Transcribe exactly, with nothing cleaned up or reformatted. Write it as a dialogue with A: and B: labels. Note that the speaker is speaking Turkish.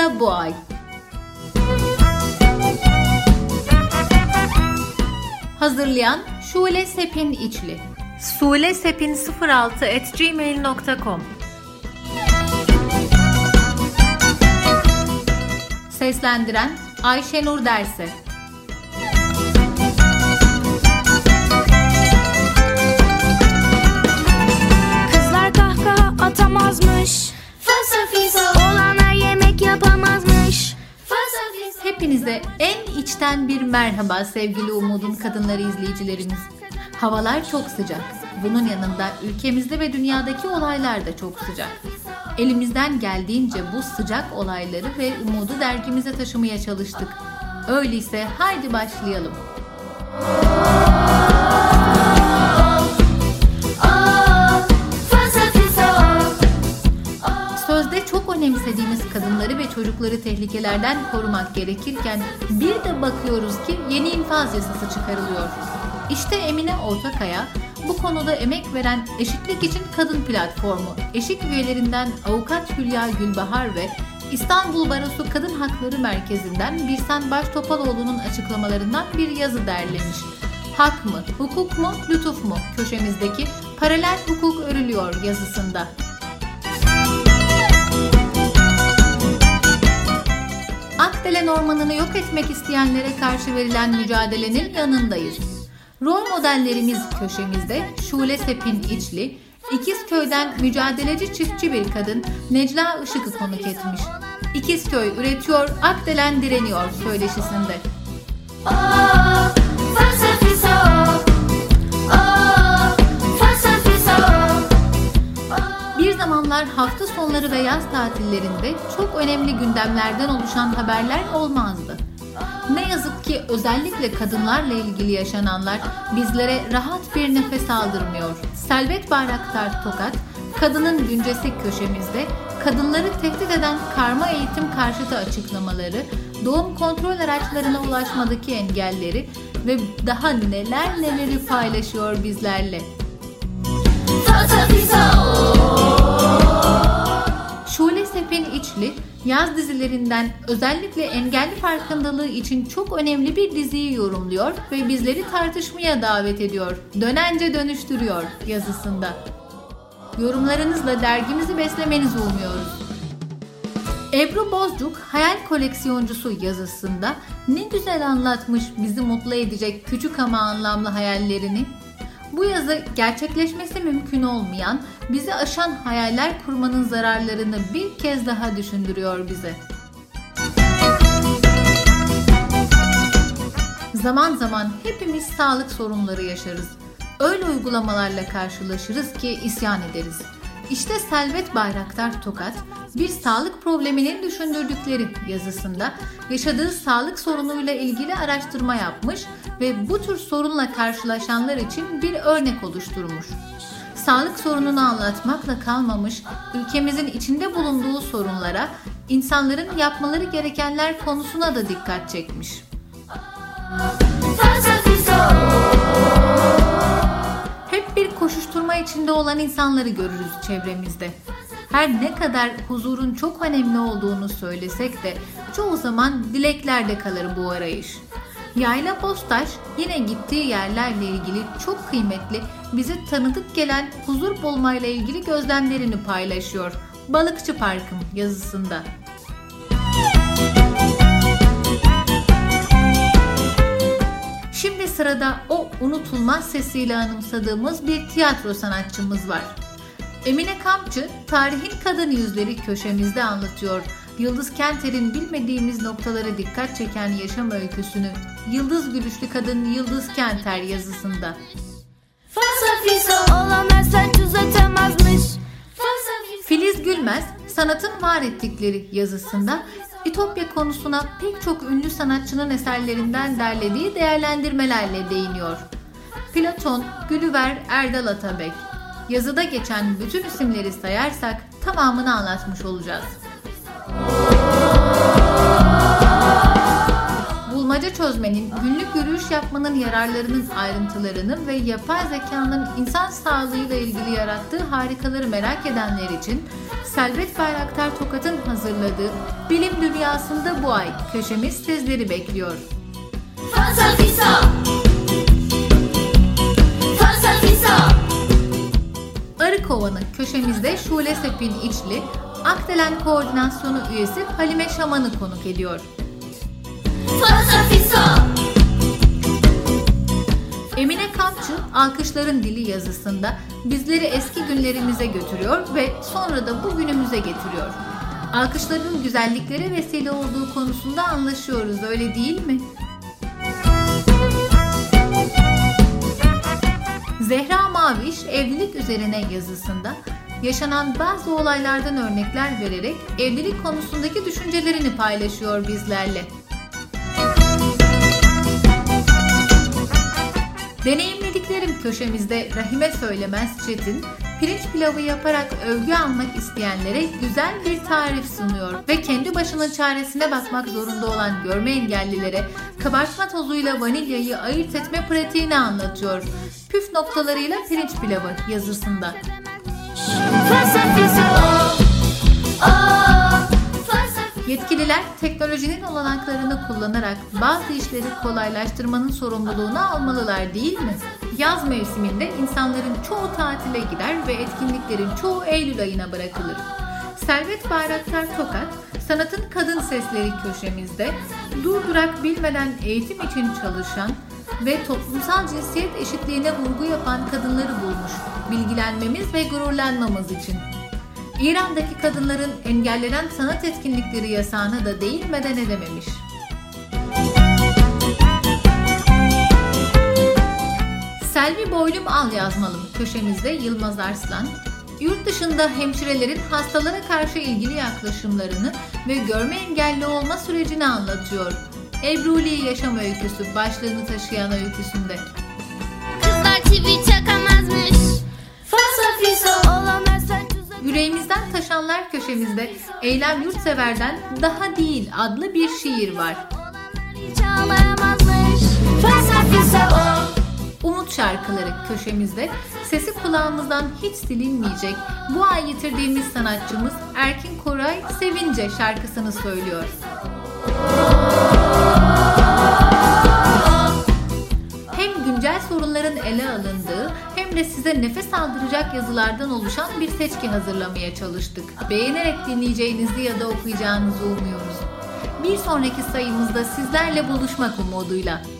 A: da bu ay. Hazırlayan Şule Sepin İçli. şulesepin sıfır altı at gmail nokta com. Seslendiren Ayşenur Derse.
B: Kızlar kahkaha atamazmış, fasafiso olana yemek yapamazmış.
A: Hepinize en içten bir merhaba sevgili Umud'un kadınları izleyicilerimiz. Havalar çok sıcak. Bunun yanında ülkemizde ve dünyadaki olaylar da çok sıcak. Elimizden geldiğince bu sıcak olayları ve umudu dergimize taşımaya çalıştık. Öyleyse haydi başlayalım. Sözde çok önemsediğimiz kadınları ve çocukları tehlikelerden korumak gerekirken bir de bakıyoruz ki yeni infaz yasası çıkarılıyor. İşte Emine Ortakaya bu konuda emek veren Eşitlik İçin Kadın Platformu, eşik üyelerinden Avukat Hülya Gülbahar ve İstanbul Barosu Kadın Hakları Merkezi'nden Birsen Baştopaloğlu'nun açıklamalarından bir yazı derlemiş. Hak mı, hukuk mu, lütuf mu köşemizdeki paralel hukuk örülüyor yazısında. Akdelen Ormanı'nı yok etmek isteyenlere karşı verilen mücadelenin yanındayız. Rol modellerimiz köşemizde Şule Sepin İçli, İkizköy'den mücadeleci çiftçi bir kadın Necla Işık'ı konuk etmiş. İkizköy üretiyor, Akdelen direniyor söyleşisinde.
B: Oh, fasafiso, oh, fasafiso.
A: Bir zamanlar hafta sonları ve yaz tatillerinde çok önemli gündemlerden oluşan haberler olmazdı. Ne yazık ki özellikle kadınlarla ilgili yaşananlar bizlere rahat bir nefes aldırmıyor. Selvet Bayraktar Tokat, Kadının Güncesi köşemizde kadınları tehdit eden karma eğitim karşıtı açıklamaları, doğum kontrol araçlarına ulaşmadaki engelleri ve daha neler neleri paylaşıyor bizlerle. Şule Sepin İçli, yaz dizilerinden özellikle engelli farkındalığı için çok önemli bir diziyi yorumluyor ve bizleri tartışmaya davet ediyor. Dönence dönüştürüyor yazısında. Yorumlarınızla dergimizi beslemenizi umuyoruz. Ebru Bozcuk, Hayal Koleksiyoncusu yazısında ne güzel anlatmış bizi mutlu edecek küçük ama anlamlı hayallerini. Bu yazı gerçekleşmesi mümkün olmayan, bizi aşan hayaller kurmanın zararlarını bir kez daha düşündürüyor bize. Zaman zaman hepimiz sağlık sorunları yaşarız. Öyle uygulamalarla karşılaşırız ki isyan ederiz. İşte Selvet Bayraktar Tokat, bir sağlık probleminin düşündürdükleri yazısında yaşadığı sağlık sorunuyla ilgili araştırma yapmış ve bu tür sorunla karşılaşanlar için bir örnek oluşturmuş. Sağlık sorununu anlatmakla kalmamış, ülkemizin içinde bulunduğu sorunlara, insanların yapmaları gerekenler konusuna da dikkat çekmiş. Hep bir koşuşturma içinde olan insanları görürüz çevremizde. Her ne kadar huzurun çok önemli olduğunu söylesek de çoğu zaman dileklerde kalır bu arayış. Yayla Bostaş yine gittiği yerlerle ilgili çok kıymetli, bize tanıdık gelen huzur bulmayla ilgili gözlemlerini paylaşıyor. Balıkçı Parkım yazısında. Şimdi sırada o unutulmaz sesiyle anımsadığımız bir tiyatro sanatçımız var. Emine Kampçı, Tarihin Kadın Yüzleri köşemizde anlatıyor. Yıldız Kenter'in bilmediğimiz noktalara dikkat çeken yaşam öyküsünü Yıldız Gülüşlü Kadın Yıldız Kenter yazısında. Filiz Gülmez, Sanatın Var Ettikleri yazısında İtopya konusuna pek çok ünlü sanatçının eserlerinden derlediği değerlendirmelerle değiniyor. Platon, Gülüver, Erdal Atabek. Yazıda geçen bütün isimleri sayarsak tamamını anlatmış olacağız. bulmaca çözmenin, günlük yürüyüş yapmanın yararlarının ayrıntılarını ve yapay zekanın insan sağlığıyla ilgili yarattığı harikaları merak edenler için Servet Bayraktar Tokat'ın hazırladığı Bilim Dünyasında bu ay köşemiz sizleri bekliyor.
B: Fasafiso. Fasafiso.
A: Arıkovanı köşemizde Şule Sepin İçli, Akdelen Koordinasyonu üyesi Halime Şaman'ı konuk ediyor.
B: Fasafiso.
A: Emine Kampçı, Alkışların Dili yazısında bizleri eski günlerimize götürüyor ve sonra da bugünümüze getiriyor. Alkışların güzelliklere vesile olduğu konusunda anlaşıyoruz, öyle değil mi? Zehra Maviş, evlilik üzerine yazısında yaşanan bazı olaylardan örnekler vererek evlilik konusundaki düşüncelerini paylaşıyor bizlerle. Deneyimlediklerim köşemizde Rahime Söylemez Çetin, pirinç pilavı yaparak övgü almak isteyenlere güzel bir tarif sunuyor ve kendi başının çaresine bakmak zorunda olan görme engellilere kabartma tozuyla vanilyayı ayırt etme pratiğini anlatıyor. Püf noktalarıyla pirinç pilavı yazısında.
B: Fasafiso. Oh.
A: Yetkililer teknolojinin olanaklarını kullanarak bazı işleri kolaylaştırmanın sorumluluğunu almalılar, değil mi? Yaz mevsiminde insanların çoğu tatile gider ve etkinliklerin çoğu Eylül ayına bırakılır. Servet Bayraktar Tokat, Sanatın Kadın Sesleri köşemizde durdurak bilmeden eğitim için çalışan ve toplumsal cinsiyet eşitliğine vurgu yapan kadınları bulmuş, bilgilenmemiz ve gururlanmamız için. İran'daki kadınların engellenen sanat etkinlikleri yasağına da değinmeden edememiş. Selvi Boylum Al Yazmalım köşemizde Yılmaz Arslan, yurt dışında hemşirelerin hastalara karşı ilgili yaklaşımlarını ve görme engelli olma sürecini anlatıyor. Ebruli Yaşam Öyküsü başlığını taşıyan öyküsünde.
B: Kızlar çivi çakamazmış. Fasafiso. Olamazsa tuzak.
A: Yüreğimizden taşanlar köşemizde Eylem Yurtsever'den Daha Değil adlı bir şiir var.
B: Olanlar hiç ağlayamazmış. Fasafiso.
A: Umut Şarkıları köşemizde sesi kulağımızdan hiç silinmeyecek bu ay yitirdiğimiz sanatçımız Erkin Koray Sevince şarkısını söylüyor. Hem güncel sorunların ele alındığı hem de size nefes aldıracak yazılardan oluşan bir seçki hazırlamaya çalıştık. Beğenerek dinleyeceğinizi ya da okuyacağınızı umuyoruz. Bir sonraki sayımızda sizlerle buluşmak umuduyla.